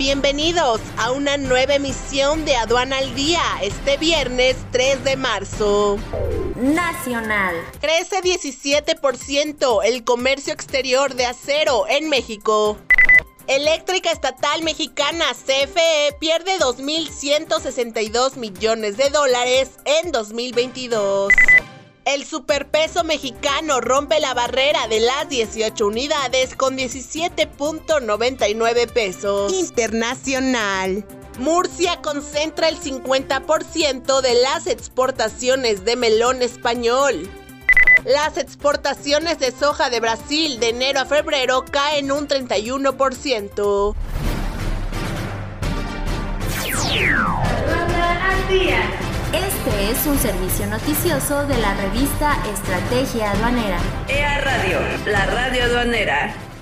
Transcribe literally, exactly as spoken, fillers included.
Bienvenidos a una nueva emisión de Aduana al Día, este viernes tres de marzo. Nacional. Crece diecisiete por ciento el comercio exterior de acero en México. Eléctrica Estatal Mexicana, C F E, pierde dos mil ciento sesenta y dos millones de dólares en dos mil veintidós. El superpeso mexicano rompe la barrera de las dieciocho unidades con diecisiete punto noventa y nueve pesos. Internacional. Murcia concentra el cincuenta por ciento de las exportaciones de melón español. Las exportaciones de soja de Brasil de enero a febrero caen un treinta y uno por ciento. Aduana al Día. Este es un servicio noticioso de la revista Estrategia Aduanera. E A Radio, la radio aduanera.